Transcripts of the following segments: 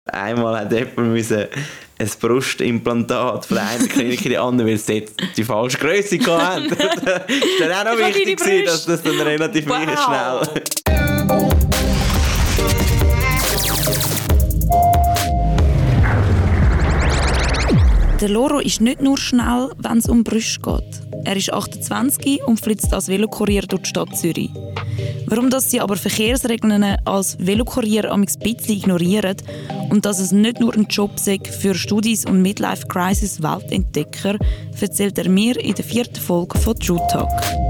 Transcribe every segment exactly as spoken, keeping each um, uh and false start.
Einmal hat jemand müssen ein Brustimplantat von der einen Klinik in die andere, weil sie dort die falsche Größe hatten. Das war dann auch noch wichtig, gewesen, dass das dann relativ wow. schnell... Der Loro ist nicht nur schnell, wenn es um Brüste geht. Er ist achtundzwanzig und flitzt als Velokurier durch die Stadt Zürich. Warum dass sie aber Verkehrsregeln als Velokurier ein bisschen ignorieren und dass es nicht nur ein Job sei für Studis und Midlife-Crisis-Weltentdecker, erzählt er mir in der vierten Folge von True Talk.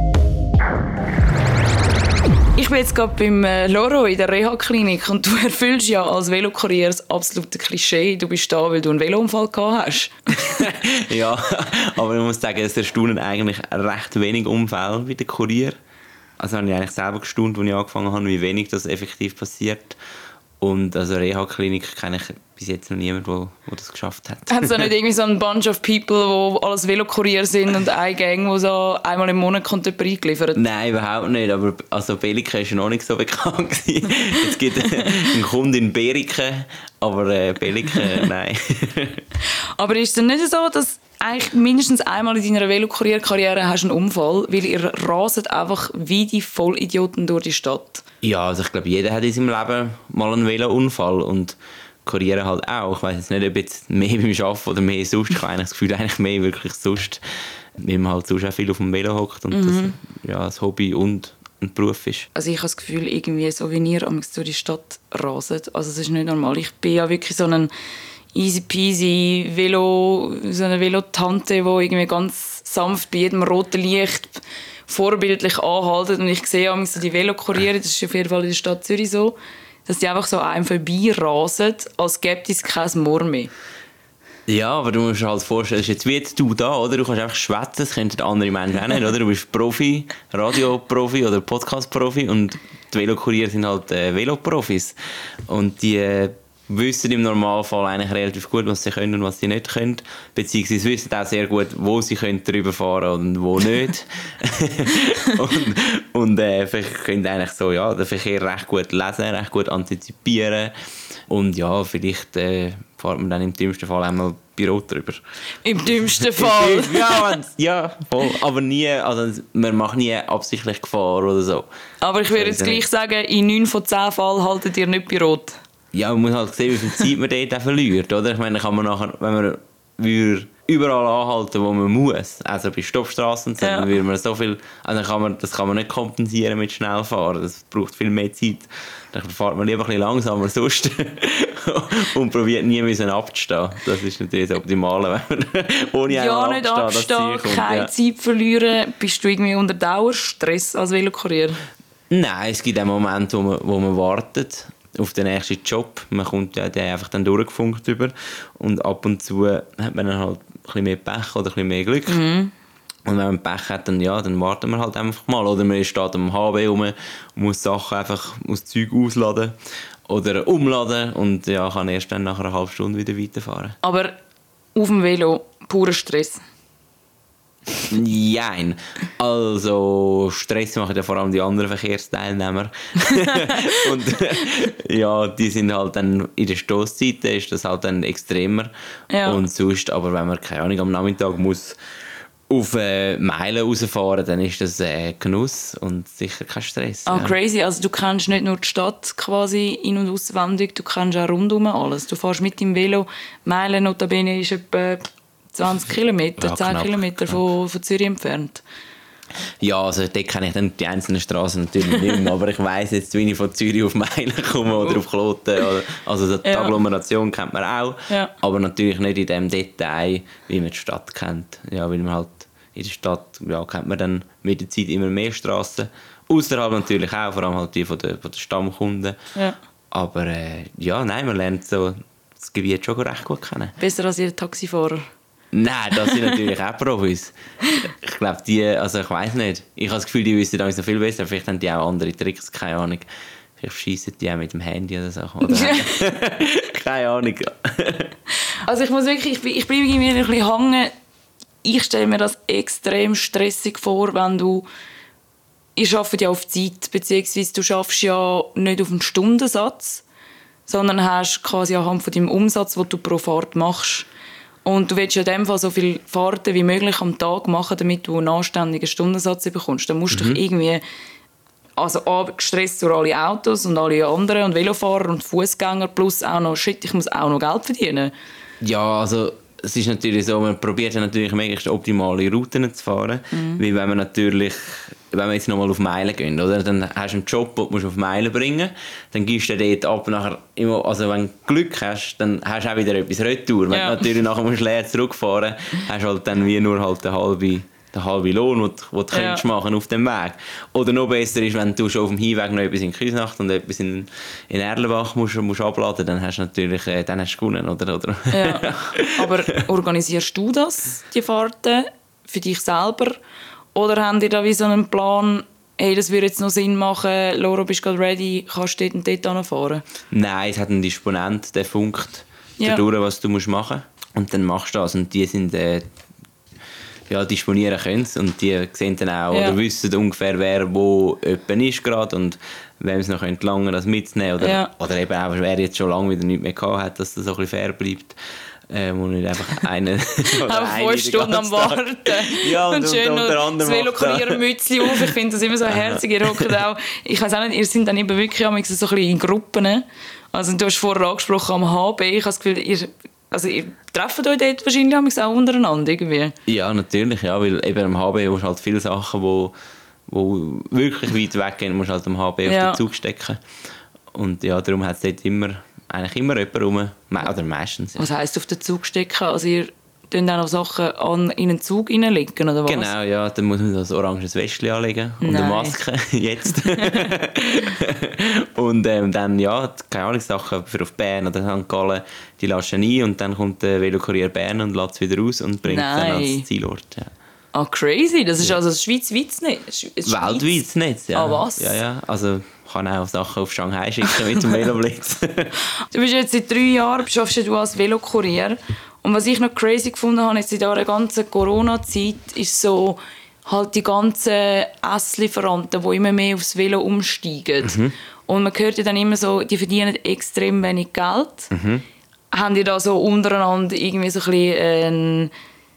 Ich bin jetzt gerade beim Loro in der Reha-Klinik und du erfüllst ja als Velokurier das absolute Klischee. Du bist da, weil du einen Velounfall gehabt hast. Ja, aber ich muss sagen, es erstaunen eigentlich recht wenig Unfälle bei den Kurier. Also habe ich eigentlich selber gestaunt, als ich angefangen habe, wie wenig das effektiv passiert. Und also Reha-Klinik kenne ich bis jetzt noch niemanden, der, der das geschafft hat. Haben Sie nicht irgendwie so ein Bunch of people, die alles Velokurier sind und eine Gang, die so einmal im Monat kommt jemand eingeliefert? Nein, überhaupt nicht. Aber also Belike ist noch nicht so bekannt gewesen. Es gibt einen Kunden in Berike, aber äh, Belike, nein. Aber ist es denn nicht so, dass eigentlich mindestens einmal in deiner Velokurier-Karriere hast du einen Unfall, weil ihr raset einfach wie die Vollidioten durch die Stadt? Ja, also ich glaube, jeder hat in seinem Leben mal einen Velounfall und Kurieren halt auch. Ich weiss jetzt nicht, ob jetzt mehr beim Arbeiten oder mehr sonst. Ich habe eigentlich das Gefühl, eigentlich mehr wirklich sonst, weil man halt sonst auch viel auf dem Velo hockt und mhm. das ja, ein Hobby und ein Beruf ist. Also ich habe das Gefühl, irgendwie so wie ihr durch die Stadt raset. Also es ist nicht normal. Ich bin ja wirklich so ein easy peasy Velo, so eine Velotante, die irgendwie ganz sanft bei jedem roten Licht vorbildlich anhalten. Und ich sehe auch so die Velokurier, das ist auf jeden Fall in der Stadt Zürich so, dass die einfach so einem vorbeirasen, als gäbe es kein Moor mehr. Ja, aber du musst dir halt vorstellen, das ist jetzt wie jetzt du da, oder? Du kannst einfach schwätzen, das könnten andere Menschen auch nicht, oder? Du bist Profi, Radioprofi oder Podcast-Profi und die Velokurier sind halt äh, Veloprofis. Und die äh, wissen im Normalfall eigentlich relativ gut, was sie können und was sie nicht können. Beziehungsweise wissen auch sehr gut, wo sie können drüber fahren und wo nicht. und und äh, können eigentlich so, ja, den Verkehr recht gut lesen, recht gut antizipieren. Und ja, vielleicht äh, fährt man dann im dümmsten Fall einmal bei Rot drüber. Im dümmsten Fall? ja, ja, voll. Aber nie, also man macht nie absichtlich Gefahr oder so. Aber ich würde jetzt gleich sagen, in neun von zehn Fällen haltet ihr nicht bei Rot. Ja, man muss halt sehen, wie viel Zeit man dort auch verliert, oder? Ich meine, kann man nachher, wenn man würde überall anhalten, wo man muss, also bei Stoppstraßen, ja. Dann würde man so viel, also kann man, das kann man nicht kompensieren mit Schnellfahren, das braucht viel mehr Zeit. Dann fährt man lieber ein bisschen langsamer sonst und probiert nie müssen abzustehen. Das ist natürlich das Optimale, wenn man ohne ja, nicht abstehen, keine ja. Zeit verlieren. Bist du irgendwie unter Dauerstress als Velokurier? Nein, es gibt auch Momente, wo man, wo man wartet auf den nächsten Job. Man kommt ja den einfach dann durchgefunkt über und ab und zu hat man dann halt ein bisschen mehr Pech oder ein bisschen mehr Glück. Mhm. Und wenn man Pech hat, dann, ja, dann warten wir halt einfach mal. Oder man steht am H B rum und muss Sachen einfach, muss Zeug ausladen oder umladen und ja, kann erst dann nach einer halben Stunde wieder weiterfahren. Aber auf dem Velo purer Stress? Nein. Also Stress machen ja vor allem die anderen Verkehrsteilnehmer. Und ja, die sind halt dann in der Stoßzeiten ist das halt dann extremer. Ja. Und sonst, aber wenn man keine Ahnung am Nachmittag muss auf äh, Meilen rausfahren, dann ist das äh, Genuss und sicher kein Stress. Ah, ja. Crazy. Also du kennst nicht nur die Stadt quasi in- und auswendig, du kennst auch rundum alles. Du fährst mit dem Velo. Meilen notabene ist etwa zwanzig Kilometer, ja, zehn knapp, Kilometer von, von Zürich entfernt. Ja, also dort kenne ich dann die einzelnen Straßen natürlich nicht mehr, aber ich weiss jetzt, wie ich von Zürich auf Meilen komme oder auf Kloten. Oder, also die ja. Agglomeration kennt man auch, ja. Aber natürlich nicht in dem Detail, wie man die Stadt kennt. Ja, weil man halt in der Stadt ja, kennt man dann mit der Zeit immer mehr Straßen. Außerhalb natürlich auch, vor allem halt die von den, von den Stammkunden. Ja. Aber äh, ja, nein, man lernt so das Gebiet schon recht gut kennen. Besser als jeder Taxifahrer? Nein, das sind natürlich auch Profis. Ich glaube, die, also ich weiss nicht. Ich habe das Gefühl, die wissen uns noch viel besser. Vielleicht haben die auch andere Tricks, keine Ahnung. Vielleicht schiessen die auch mit dem Handy oder so. Oder keine Ahnung. Also ich muss wirklich, ich, ich bleibe irgendwie ein bisschen hängen. Ich stelle mir das extrem stressig vor, wenn du, ihr arbeitet ja auf Zeit, beziehungsweise du schaffst ja nicht auf einen Stundensatz, sondern hast quasi anhand von deinem Umsatz, den du pro Fahrt machst. Und du willst ja in dem Fall so viele Fahrten wie möglich am Tag machen, damit du einen anständigen Stundensatz bekommst. Dann musst du Mhm. dich irgendwie... Also A, gestresst durch alle Autos und alle anderen und Velofahrer und Fußgänger plus auch noch, shit, ich muss auch noch Geld verdienen. Ja, also es ist natürlich so, man probiert ja natürlich möglichst optimale Routen zu fahren, mhm. weil wenn man natürlich, wenn wir jetzt nochmal auf Meilen gehen, oder, dann hast du einen Job, den du auf Meilen bringen musst, dann gibst du dort ab, nachher immer, also wenn du Glück hast, dann hast du auch wieder etwas retour. Wenn ja. du natürlich nachher musst leer zurückfahren musst, hast du halt dann wie nur halt eine halbe den halben Lohn, den du, den du ja. machen auf dem Weg. Oder noch besser ist, wenn du schon auf dem Hinweg noch etwas in Küsnacht und etwas in, in Erlenbach musst, musst abladen, dann hast du natürlich äh, dann hast du gewonnen, oder? oder? Ja. Aber organisierst du das, die Fahrten, für dich selber? Oder habt ihr da wie so einen Plan, hey, das würde jetzt noch Sinn machen, Loro, bist du gerade ready, kannst du dort und dort hinfahren? Nein, es hat einen Disponent, der funkt ja. dadurch, was du musst machen musst. Und dann machst du das. Und die sind... Äh, ja, disponieren können und die sehen dann auch ja. oder wissen ungefähr, wer wo jemand ist gerade und wem es noch lange das mitzunehmen oder, ja. oder eben auch, wer jetzt schon lange wieder nichts mehr gehabt hat, dass das so ein bisschen fair bleibt. Ähm, und nicht einfach eine oder fünf Stunden am Warten. Ja, und, und schön und, und noch das Velokurier-Mützchen auf. Ich finde das immer so herzig. Ihr hockt auch, ich weiss auch nicht, ihr seid dann eben wirklich so ein bisschen in Gruppen. Also du hast vorher angesprochen am H B. Ich habe das Gefühl, ihr Also ihr trefft euch dort wahrscheinlich auch untereinander irgendwie? Ja, natürlich, ja, weil eben am H B musst du halt viele Sachen, die wo wirklich weit weggehen, musst du halt am H B ja. auf den Zug stecken. Und ja, darum hat es dort immer, eigentlich immer jemand rum, oder meistens. Ja. Was heisst auf den Zug stecken? Also ihr tun auch noch Sachen an, in einen Zug reinlegen, oder was? Genau, ja, dann muss man das oranges Westchen anlegen und Nein. eine Maske, jetzt. Und ähm, dann, ja, keine Ahnung, Sachen für auf Bern oder Sankt Gallen, die lässt du ein und dann kommt der Velokurier Bern und lässt es wieder raus und bringt es dann als Zielort. Ja. Ah, crazy, das ist ja. also ein schweizweites Netz? Weltweites Netz, ja. Ah, was? Ja, ja, also ich kann auch Sachen auf Shanghai schicken mit dem Veloblitz. Du bist jetzt seit drei Jahren, arbeitest du als Velokurier. Und was ich noch crazy gefunden habe jetzt in dieser ganzen Corona-Zeit, ist so halt die ganzen Esslieferanten, die immer mehr aufs Velo umsteigen. Mhm. Und man hört ja dann immer so, die verdienen extrem wenig Geld. Mhm. Haben die da so untereinander irgendwie so ein bisschen, äh,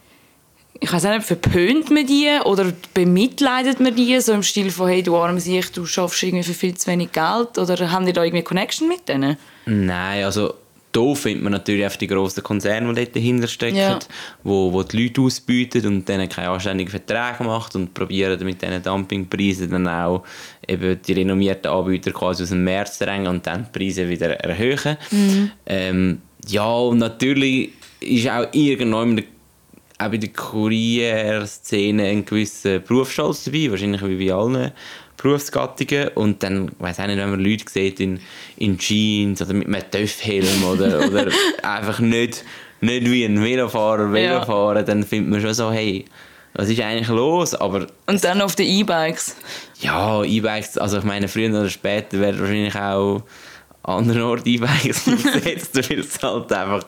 ich weiß nicht, verpönt man die oder bemitleidet man die, so im Stil von, hey, du arme Sieg, du schaffst irgendwie für viel zu wenig Geld, oder haben die da irgendwie Connection mit denen? Nein, also da findet man natürlich einfach die grossen Konzerne, die dort dahinter stecken, ja. wo, wo die Leute ausbeuten und denen keine anständigen Verträge macht und probieren mit diesen Dumpingpreisen dann auch eben die renommierten Anbieter quasi aus dem Markt zu drängen und dann die Preise wieder erhöhen. Mhm. Ähm, ja, und natürlich ist auch irgendwann auch bei der Kurierszene ein gewisser Berufsstolz dabei, wahrscheinlich wie bei allen Berufsgattungen. Und dann, ich weiss auch nicht, wenn man Leute sieht in, in Jeans oder mit einem Töffhelm oder, oder einfach nicht, nicht wie ein Velofahrer Velo fahren, ja. Dann findet man schon so, hey, was ist eigentlich los? Aber und dann auf den E-Bikes? Ja, E-Bikes, also ich meine, früher oder später werden wahrscheinlich auch anderen Orten E-Bikes eingesetzt, weil es halt einfach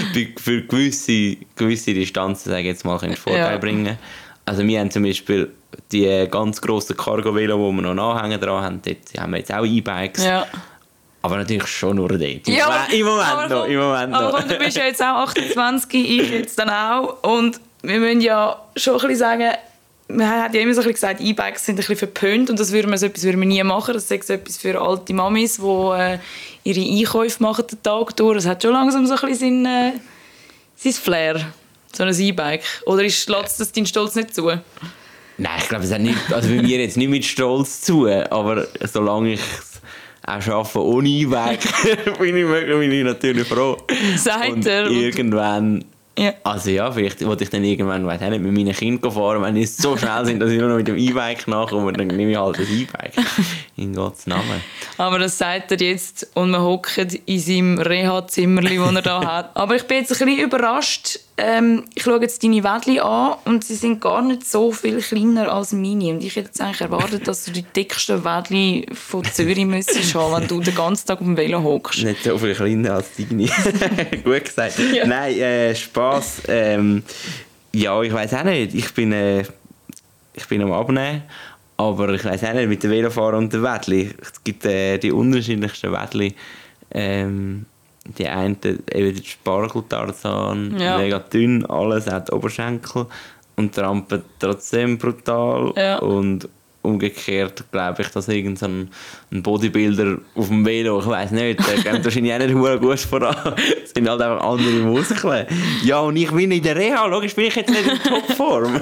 für gewisse, gewisse Distanzen, sage ich jetzt mal, Vorteil ja. bringen. Also wir haben zum Beispiel die ganz grossen Cargo-Velo, die wir noch Anhänger dran haben, dort haben wir jetzt auch E-Bikes. Ja. Aber natürlich schon nur dort. Ja, Im Moment aber noch. Im Moment noch. Aber du bist ja jetzt auch achtundzwanzig, ich jetzt dann auch. Und wir müssen ja schon ein bisschen sagen, man hat ja immer so ein bisschen gesagt, E-Bikes sind ein bisschen verpönt und das würde man, so etwas würde man nie machen. Das ist so etwas für alte Mamis, die äh, ihre Einkäufe machen den Tag durch. Das hat schon langsam so ein bisschen sein, äh, sein Flair, so ein E-Bike. Oder ist, lässt das deinen Stolz nicht zu? Nein, ich glaube, es hat nicht, also bei mir jetzt nicht mit Stolz zu, aber solange ich es auch schaffe ohne E-Bike, bin, bin ich natürlich froh. Sagt er. Irgendwann... Ja. Also ja, vielleicht wollte ich dann irgendwann, weiß ich nicht, mit meinen Kindern fahren, wenn die so schnell sind, dass ich nur noch mit dem E-Bike nachkomme, dann nehme ich halt das E-Bike. In Gottes Namen. Aber das sagt er jetzt und man hockt in seinem Reha-Zimmerli, das er da hat. Aber ich bin jetzt ein bisschen überrascht. Ähm, ich schaue jetzt deine Wädli an und sie sind gar nicht so viel kleiner als meine. Und ich hätte jetzt eigentlich erwartet, dass du die dicksten Wädli von Zürich müsstest haben, wenn du den ganzen Tag auf dem Velo hockst. Nicht so viel kleiner als deine. Gut gesagt. Ja. Nein, äh, Spass. Ähm, ja, ich weiss auch nicht. Ich bin, äh, ich bin am Abnehmen. Aber ich weiss auch nicht, mit dem Velofahren und dem Wädli. Es gibt äh, die unterschiedlichsten Wädli. Ähm, die einen, eben der Spargeltarzan, Ja. mega dünn, alles hat Oberschenkel und trampen trotzdem brutal. Ja. Und umgekehrt glaube ich, dass irgend so ein ein Bodybuilder auf dem Velo, ich weiss nicht, der kommt wahrscheinlich auch nicht verdammt gut voran. Es sind halt einfach andere Muskeln. Ja, und ich bin in der Reha, logisch bin ich jetzt nicht in Topform.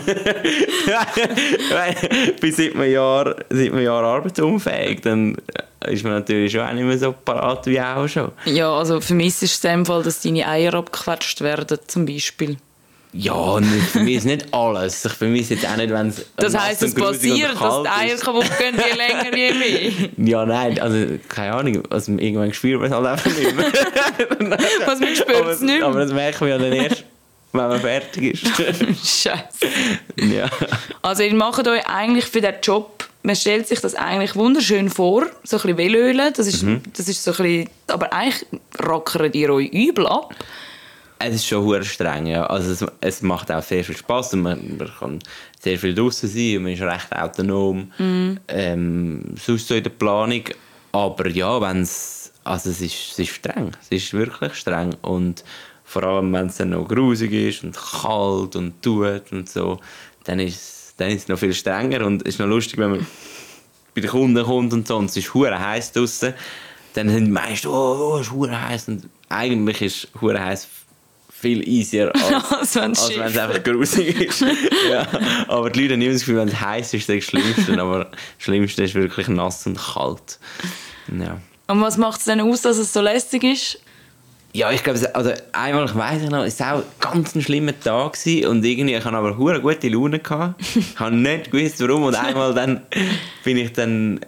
Ich bin seit einem Jahr, seit einem Jahr arbeitsunfähig, dann ist man natürlich schon auch nicht mehr so parat wie auch schon. Ja, also für mich ist es in dem Fall, dass deine Eier abgequetscht werden, zum Beispiel. Ja, nicht, für mich ist nicht alles. Ich vermisse jetzt auch nicht, wenn es Das heisst, es passiert, dass die Eier kaputt gehen, je länger, je mehr. Ja, nein, also keine Ahnung. Also, irgendwann spürt man es halt einfach nicht mehr. Was man spürt es nicht mehr. Aber das merken wir ja dann erst, wenn man fertig ist. Scheiße. Ja. Also ihr macht euch eigentlich für diesen Job, man stellt sich das eigentlich wunderschön vor, so ein bisschen Velölen, das ist, Mhm. das ist so ein bisschen, aber eigentlich rackert ihr euch übel ab. Es ist schon sehr streng, ja. Also es, es macht auch sehr viel Spass und man, man kann sehr viel draußen sein und man ist recht autonom. Mhm. Ähm, sonst so in der Planung. Aber ja, wenn's, also es ist, es ist streng. Es ist wirklich streng. Und vor allem, wenn es dann noch grusig ist und kalt und tut und so, dann ist, es- dann ist es noch viel strenger. Und es ist noch lustig, wenn man bei den Kunden kommt und so und es ist hure heiß draußen, dann sind die meisten, oh, oh es ist hure heiß. Und eigentlich ist hure heiß viel easier, als, Als wenn's als wenn es schifft. einfach grusig ist. Ja. Aber die Leute haben immer das Gefühl, wenn es heiß ist, ist das Schlimmste. Aber das Schlimmste ist wirklich nass und kalt. Ja. Und was macht es denn aus, dass es so lästig ist? Ja, ich glaube, es- also einmal, ich weiss noch, es war auch ganz ein schlimmer Tag gewesen und irgendwie, ich hatte aber hure gute Laune gehabt. Ich habe nicht gewusst, warum und einmal dann bin ich dann,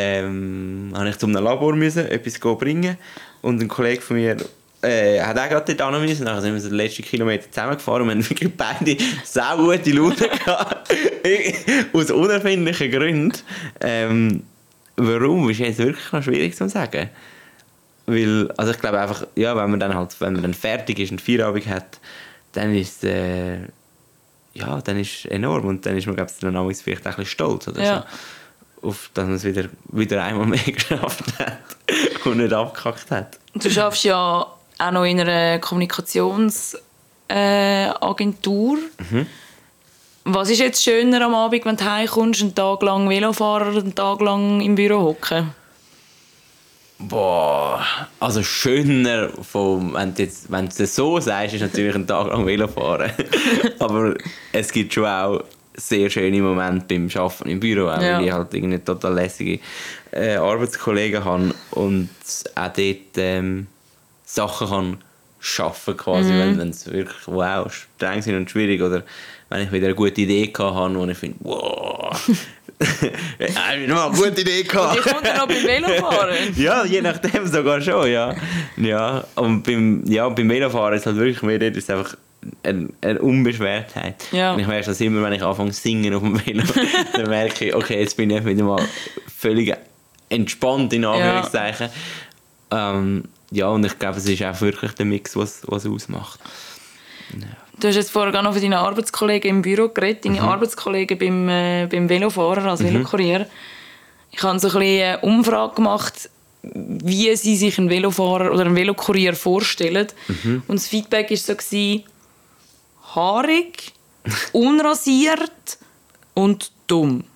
ähm, habe ich zu einem Labor müssen, etwas gehen bringen und ein Kollege von mir äh, hat auch gerade dort hin müssen, dann sind wir so den letzten Kilometer zusammengefahren und wir haben wirklich beide sau gute Laune gehabt. Aus unerfindlichen Gründen. Ähm, warum, ist jetzt wirklich noch schwierig zu sagen. Weil, also ich glaube einfach, ja, wenn man dann halt, wenn man dann fertig ist und Feierabend hat, dann ist äh, ja, dann ist es enorm und dann ist man, glaube ich, dann auch vielleicht auch ein bisschen stolz oder Ja. so, auf, dass man es wieder, wieder einmal mehr geschafft hat und nicht abgekackt hat. Du arbeitest ja auch noch in einer Kommunikationsagentur. Äh, Agentur. Mhm. Was ist jetzt schöner am Abend, wenn du heimkommst, einen Tag lang Velofahren oder einen Tag lang im Büro hocken? Boah, also schöner, vom, wenn, du jetzt, wenn du das so sagst, ist natürlich ein Tag lang Velofahren. Aber es gibt schon auch sehr schöne Momente beim Arbeiten im Büro, auch Ja. weil ich halt irgendwie total lässige äh, Arbeitskollegen habe und auch dort ähm, Sachen kann schaffen quasi, Mhm. wenn es wirklich wow, streng sind und schwierig oder wenn ich wieder eine gute Idee habe und ich finde, wow, ich habe noch eine gute Idee gehabt. Ich komme dann noch beim Velofahren. Ja, je nachdem sogar schon, ja. Ja, und beim, ja, beim Velofahren ist es halt wirklich mehr, dort ist es einfach eine, eine Unbeschwertheit. Ja. Und ich merke das immer, wenn ich anfange zu singen auf dem Velo, dann merke ich, okay, jetzt bin ich wieder mal völlig entspannt, in Anführungszeichen. Ja, ähm, ja und ich glaube, es ist auch wirklich der Mix, was was ausmacht. Du hast jetzt vorher gerade noch von deinen Arbeitskollegen im Büro geredet, deine Mhm. Arbeitskollegen beim, äh, beim Velofahrer, als Velokurier. Ich habe so ein bisschen eine Umfrage gemacht, wie sie sich einen Velofahrer oder einen Velokurier vorstellen. Mhm. Und das Feedback war so, gewesen, haarig, unrasiert und dumm.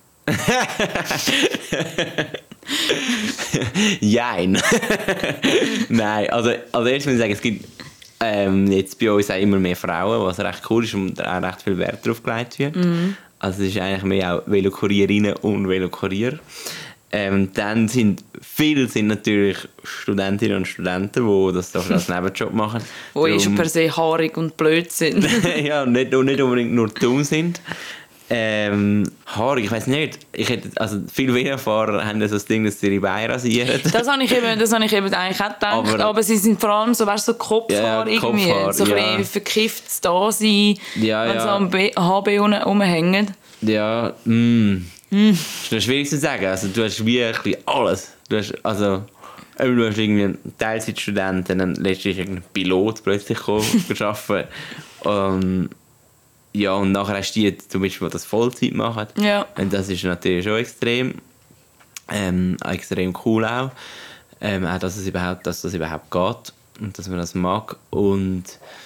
Jein. Nein, also als erstes muss ich sagen, es gibt ähm, jetzt bei uns auch immer mehr Frauen, was recht cool ist und auch recht viel Wert darauf gelegt wird. Mhm. Also es ist eigentlich mehr auch Velokurierinnen und Velokurier. Ähm, dann sind viele sind natürlich Studentinnen und Studenten, die das doch als Nebenjob machen. Die eh Darum- schon per se haarig und blöd sind. ja, und nicht, und nicht unbedingt nur dumm sind. Ähm, haarig, ich weiß nicht. Ich hätte, also viele Velofahrer haben ja so das Ding, dass sie ihre Beine rasieren. Das habe ich eben, das habe ich eben eigentlich auch gedacht. Aber, Aber- sie sind vor allem so, weißt, so Kopfhaar Ja, ja, irgendwie. Kopfhaar, so ein ja. bisschen verkifftes Dasein, Ja, wenn ja. sie am B- H B unten rumhängen. Ja, mm. ist noch schwierig zu sagen. Also, du hast wie ein bisschen alles. Du hast, also, eben, du hast irgendwie einen Teilzeitstudenten, dann letztlich irgendeinen Pilot plötzlich arbeiten. um, ja, und nachher hast du die, zum Beispiel, die das Vollzeit machen. Ja. Und das ist natürlich schon extrem, ähm, extrem cool auch. Ähm, auch, dass, es überhaupt, dass das überhaupt geht und dass man das mag. Und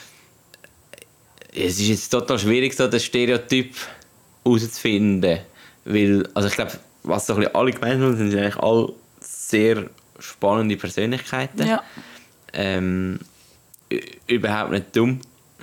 es ist jetzt total schwierig, so den Stereotyp herauszufinden. Weil, also ich glaube, was so ein bisschen alle gemeint haben, sind eigentlich alle sehr spannende Persönlichkeiten. Ja. Ähm, überhaupt nicht dumm.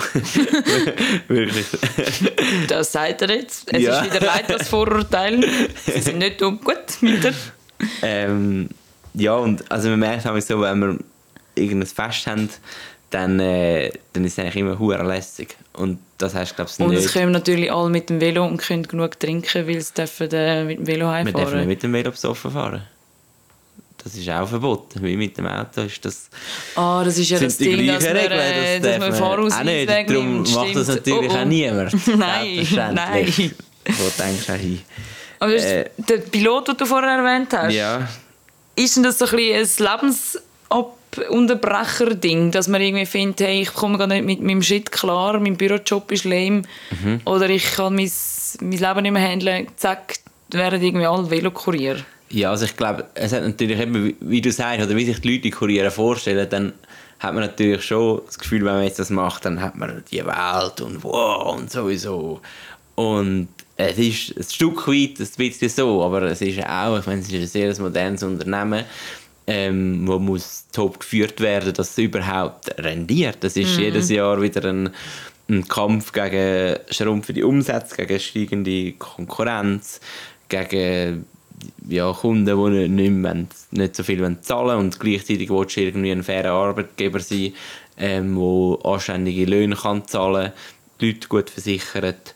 Wirklich. Das sagt er jetzt. Es Ja. ist wieder leid, das Vorurteil. Sie sind nicht dumm. Gut, weiter. Ähm, ja, und also man merkt auch so, wenn wir irgendein Fest haben, dann, äh, dann ist es eigentlich immer hure lässig. Und das heißt, glaube ich, Und nicht. es kommen natürlich alle mit dem Velo und können genug trinken, weil sie dürfen, äh, mit dem Velo Wir dürfen nicht heimfahren. mit dem Velo besoffen fahren. Das ist auch verboten. Wie mit dem Auto ist das... Ah, das ist ja sind das die Ding, dass man, gleichen äh, Regeln, dass man darf Fahrausweis auch nicht. wegnimmt. Darum macht das Stimmt. natürlich Oh, oh. auch niemand. Nein, Selbstverständlich. nein. Wo denkst du auch hin? Aber das ist Äh, der Pilot, den du vorher erwähnt hast, Ja. ist denn das so ein bisschen ein Lebensunterbrecher-Ding, dass man irgendwie findet, hey, ich komme gar nicht mit meinem Shit klar, mein Bürojob ist lame, Mhm. oder ich kann mein, mein Leben nicht mehr handeln, zack, werden irgendwie alle Velokurier. Ja, also ich glaube, es hat natürlich eben, wie- wie du sagst, oder wie sich die Leute die Kuriere vorstellen, dann hat man natürlich schon das Gefühl, wenn man jetzt das macht, dann hat man die Welt und wow und sowieso. Und es ist ein Stück weit ein bisschen so, aber es ist auch, ich meine, es ist ein sehr modernes Unternehmen, ähm, wo muss top geführt werden, dass es überhaupt rendiert. Das ist jedes Jahr wieder ein, ein Kampf gegen schrumpfende Umsätze, gegen steigende Konkurrenz, gegen ja, Kunden, die nicht, nicht, mehr, nicht so viel zahlen wollen und gleichzeitig willst du irgendwie ein fairer Arbeitgeber sein, ähm, der anständige Löhne kann zahlen, die Leute gut versichert.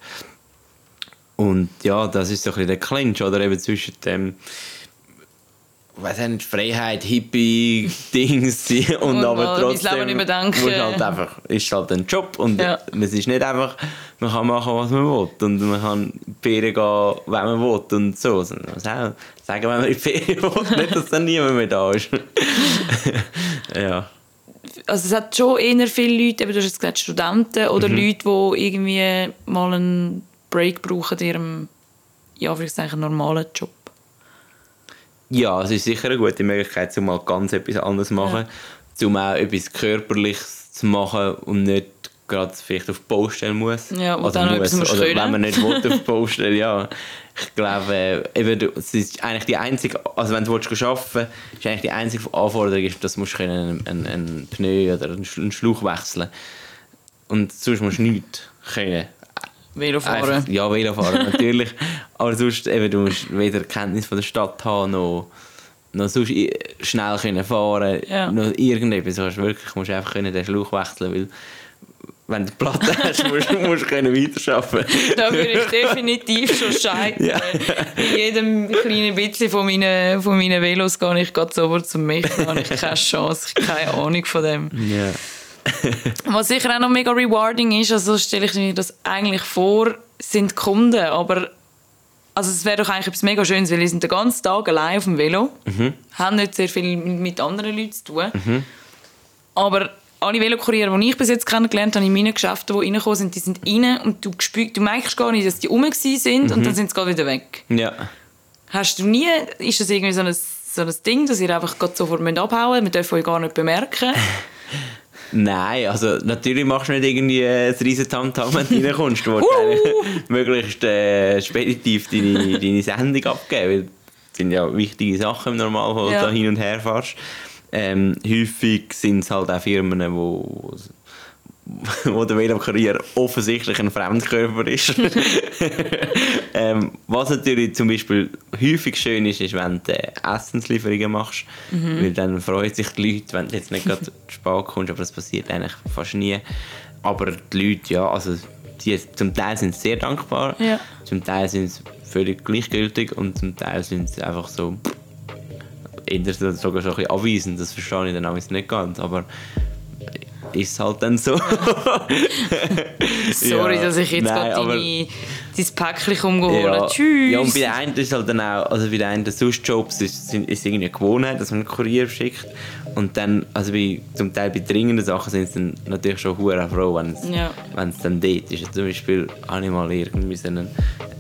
Und ja, das ist so ein bisschen der Clinch, oder eben zwischen dem weiss nicht, Freiheit, Hippie, Dings und, Und aber mal trotzdem mein Leben überdenken. musst halt einfach, ist halt ein Job und Ja. es ist nicht einfach, man kann machen, was man will und man kann in die Ferien gehen, wenn man will und so. Man muss auch sagen, wenn man in die Ferien will, nicht, dass dann niemand mehr da ist. Ja. Also es hat schon eher viele Leute, eben, du hast jetzt gesagt, Studenten oder Mhm. Leute, die irgendwie mal einen Break brauchen in ihrem, ja, würde ich sagen, normalen Job. Ja, es ist sicher eine gute Möglichkeit, um mal ganz etwas anderes zu machen, um auch etwas Körperliches zu machen und nicht gerade vielleicht auf die Baustelle muss. Ja, und also dann noch muss, etwas musst oder können. wenn man nicht will, auf die Baustelle, ja. Ich glaube, äh, eben, du- es ist eigentlich die einzige, also wenn du willst, arbeiten willst, ist eigentlich die einzige Anforderung, ist, dass du musst einen, einen, einen Pneu oder einen Sch- einen Schlauch wechseln. Und sonst musst du nichts können. Velofahren. Einfach- Ja, Velofahren natürlich. Aber sonst eben, du musst weder Kenntnis von der Stadt haben, noch, noch sonst i- schnell können fahren, Ja. noch irgendetwas. Du musst wirklich musst einfach können den Schlauch wechseln, weil wenn du Platte hast, musst du musst können weiterarbeiten. Da würde ich definitiv schon scheitern. Ja. In jedem kleinen bisschen von meinen, von meinen Velos gehe ich gerade so zum Mich. Da habe ich keine Chance, ich habe keine Ahnung von dem. Ja. Was sicher auch noch mega rewarding ist, also stelle ich mir das eigentlich vor, sind die Kunden, aber also es wäre doch eigentlich etwas mega Schönes, weil die sind den ganzen Tag allein auf dem Velo, Mhm. haben nicht sehr viel mit anderen Leuten zu tun, aber alle Velokuriere, die ich bis jetzt kennengelernt habe in meinen Geschäften, die reingekommen sind, die sind rein und du, spürst, du merkst gar nicht, dass die rum sind und dann sind sie gerade wieder weg. Ja. Hast du nie, ist das irgendwie so ein, so ein Ding, dass ihr einfach gerade sofort abhauen müsst, wir dürfen euch gar nicht bemerken? Nein, also natürlich machst du nicht irgendwie ein riesen Tamtam, wenn du reinkommst. Du willst eigentlich möglichst äh, speditiv deine, deine Sendung abgeben, weil das sind ja wichtige Sachen im Normalfall, Ja. da hin und her fährst. Ähm, häufig sind es halt auch Firmen, wo, wo der Velokurier offensichtlich ein Fremdkörper ist. ähm, was natürlich zum Beispiel häufig schön ist, ist, wenn du äh, Essenslieferungen machst, weil dann freuen sich die Leute, wenn du jetzt nicht gerade zu spät kommst, aber das passiert eigentlich fast nie. Aber die Leute, ja, also die, zum Teil sind sie sehr dankbar, Ja. zum Teil sind sie völlig gleichgültig und zum Teil sind sie einfach so eher so- sogar schon ein bisschen abweisend, das verstehe ich dann auch nicht ganz, aber ist es halt dann so. Sorry, Ja, dass ich jetzt nein, gerade aber- deine, dein Päckchen umgeholt Ja, habe. Tschüss! ja, und bei den einen ist es halt dann auch, also bei den einen sonst Jobs ist, sind- ist irgendwie eine Gewohnheit, dass man einen Kurier schickt. Und dann, also bei, zum Teil bei dringenden Sachen sind sie dann natürlich schon hure froh, wenn es Ja. wenn es dann dort ist. Zum Beispiel habe ich mal irgendwie so einen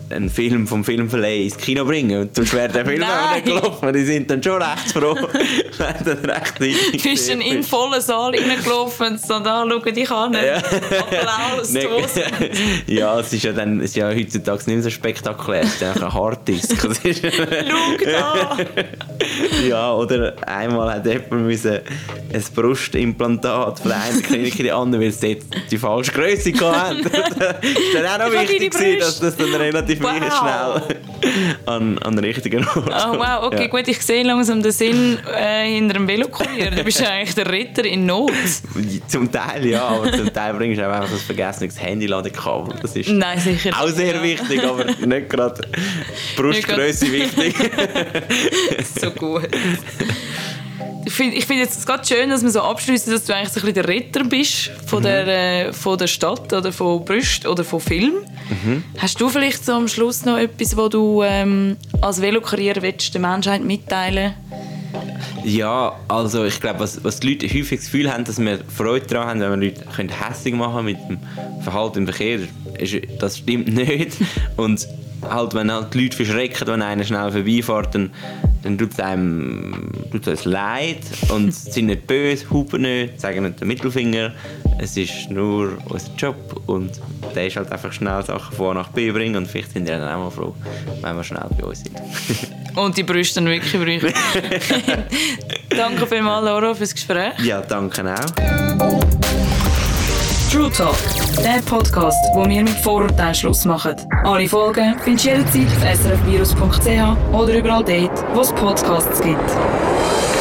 einen Film vom Filmverleih ins Kino bringen und sonst wäre der Film auch nicht gelaufen. Die sind dann schon recht froh, wenn dann recht wichtig Du bist dann in den vollen Saal reingelaufen und so, da schau dich an. Ja. Applaus, Nee. Ja, es ist ja, dann, es ist ja heutzutage nicht mehr so spektakulär, es ist einfach ein Harddisk. Schau da! Ja, oder einmal hat jemand müssen ein Brustimplantat von der einen Klinik in die andere, weil sie dort die falsche Größe hatten. Das war dann auch noch Ich wichtig, will deine dass das dann relativ Wow. schnell an, an den richtigen Ort Oh wow, okay, ja. gut, ich sehe langsam den Sinn äh, hinter dem Velokurier. Du bist eigentlich der Retter in Not. Zum Teil ja, aber zum Teil bringst du auch einfach ein vergessenes Handy-Ladekabel. Das ist Nein, sicher auch sehr ja. wichtig, aber nicht gerade Brustgröße wichtig. So gut. Ich finde ich find jetzt gerade schön, dass wir so abschließen, dass du eigentlich so ein bisschen der Retter bist von, mhm. der, äh, von der Stadt oder von Brüst oder von Film. Mhm. Hast du vielleicht so am Schluss noch etwas, was du ähm, als Velokurier willst, der Menschheit mitteilen? Ja, also ich glaube, was, was die Leute häufig das Gefühl haben, dass wir Freude daran haben, wenn wir Leute können hässlich machen können mit dem Verhalten im Verkehr, ist, das stimmt nicht. Und halt, wenn halt die Leute verschrecken, wenn einer schnell vorbeifährt, dann, dann tut es einem tut's uns leid und sind nicht böse, hupen nicht, sagen nicht den Mittelfinger. Es ist nur unser Job und der ist halt einfach schnell Sachen von A nach B bringen und vielleicht sind die dann auch mal froh, wenn wir schnell bei uns sind. Und die Brüste dann wirklich brauchen. Danke vielmals, Laura, fürs Gespräch. Ja, danke auch. True Talk, der Podcast, wo wir mit Vorurteilen Schluss machen. Alle Folgen findest du jederzeit auf s r f virus punkt c h oder überall dort, wo es Podcasts gibt.